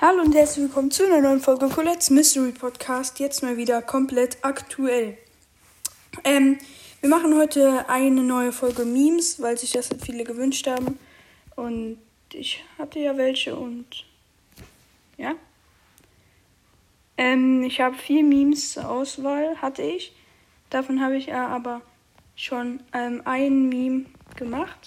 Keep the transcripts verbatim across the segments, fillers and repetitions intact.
Hallo und herzlich willkommen zu einer neuen Folge Colette's Mystery Podcast. Jetzt mal wieder komplett aktuell. Ähm, wir machen heute eine neue Folge Memes, weil sich das halt viele gewünscht haben. Und ich hatte ja welche und ja. Ähm, ich habe vier Memes zur Auswahl, hatte ich. Davon habe ich ja aber schon ähm, ein Meme gemacht.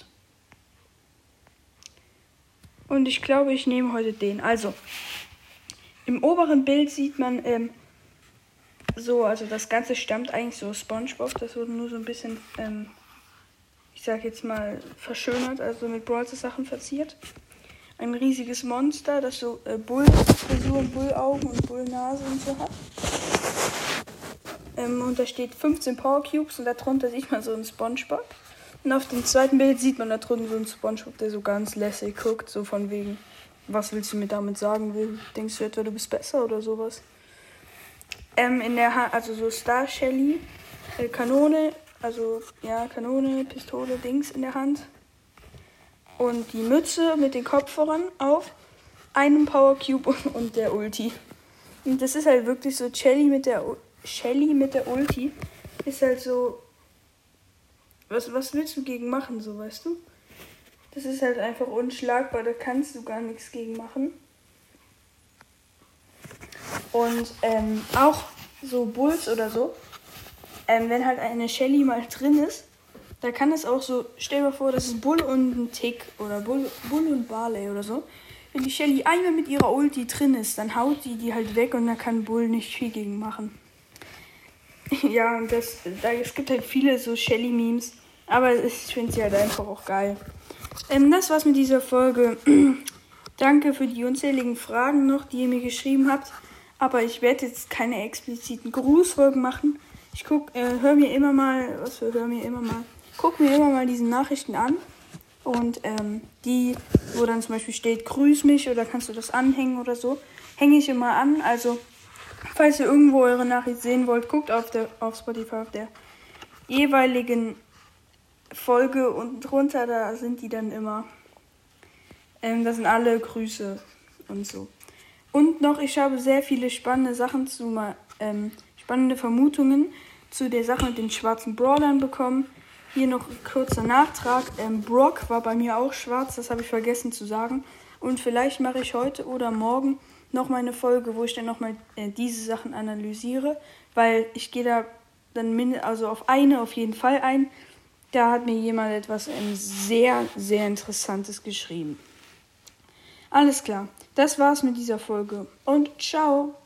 Und ich glaube, ich nehme heute den. Also, im oberen Bild sieht man ähm, so, also das Ganze stammt eigentlich so SpongeBob. Das wurde nur so ein bisschen, ähm, ich sag jetzt mal, verschönert, also mit Brawlers Sachen verziert. Ein riesiges Monster, das so äh, Bull-Frisur und Bullaugen und Bullnase und so hat. Ähm, und da steht fünfzehn Power Cubes und darunter sieht man so einen SpongeBob. Und auf dem zweiten Bild sieht man da drunten so einen SpongeBob, der so ganz lässig guckt, so von wegen, was willst du mir damit sagen? Denkst du etwa, du bist besser oder sowas? Ähm, in der Hand, also so Star Shelly, äh, Kanone, also ja, Kanone, Pistole, Dings in der Hand. Und die Mütze mit den Kopfhörern auf, einem Power Cube und, und der Ulti. Und das ist halt wirklich so, Shelly mit der, Shelly mit der Ulti ist halt so, was, was willst du gegen machen, so, weißt du? Das ist halt einfach unschlagbar, da kannst du gar nichts gegen machen. Und ähm, auch so Bulls oder so, ähm, wenn halt eine Shelly mal drin ist, da kann es auch so, stell dir mal vor, das ist Bull und ein Tick oder Bull, Bull und Barley oder so. Wenn die Shelly einmal mit ihrer Ulti drin ist, dann haut die die halt weg und da kann Bull nicht viel gegen machen. Ja, und das, da, es gibt halt viele so Shelly-Memes, aber ich finde sie halt einfach auch geil. Ähm, das war's mit dieser Folge. Danke für die unzähligen Fragen noch, die ihr mir geschrieben habt. Aber ich werde jetzt keine expliziten Grußfolgen machen. Ich guck, äh, hör mir immer mal, was für hör mir immer mal, guck mir immer mal diese Nachrichten an. Und ähm, die, wo dann zum Beispiel steht, grüß mich oder kannst du das anhängen oder so, hänge ich immer an. Also, falls ihr irgendwo eure Nachricht sehen wollt, guckt auf, der, auf Spotify auf der jeweiligen Folge und drunter, da sind die dann immer. Ähm, das sind alle Grüße und so. Und noch, ich habe sehr viele spannende Sachen zu, ähm, spannende Vermutungen zu der Sache mit den schwarzen Brawlern bekommen. Hier noch ein kurzer Nachtrag. Ähm, Brock war bei mir auch schwarz, das habe ich vergessen zu sagen. Und vielleicht mache ich heute oder morgen nochmal eine Folge, wo ich dann nochmal äh, diese Sachen analysiere. Weil ich gehe da dann min- also auf eine auf jeden Fall ein. Da hat mir jemand etwas ähm, sehr, sehr Interessantes geschrieben. Alles klar, das war's mit dieser Folge und ciao!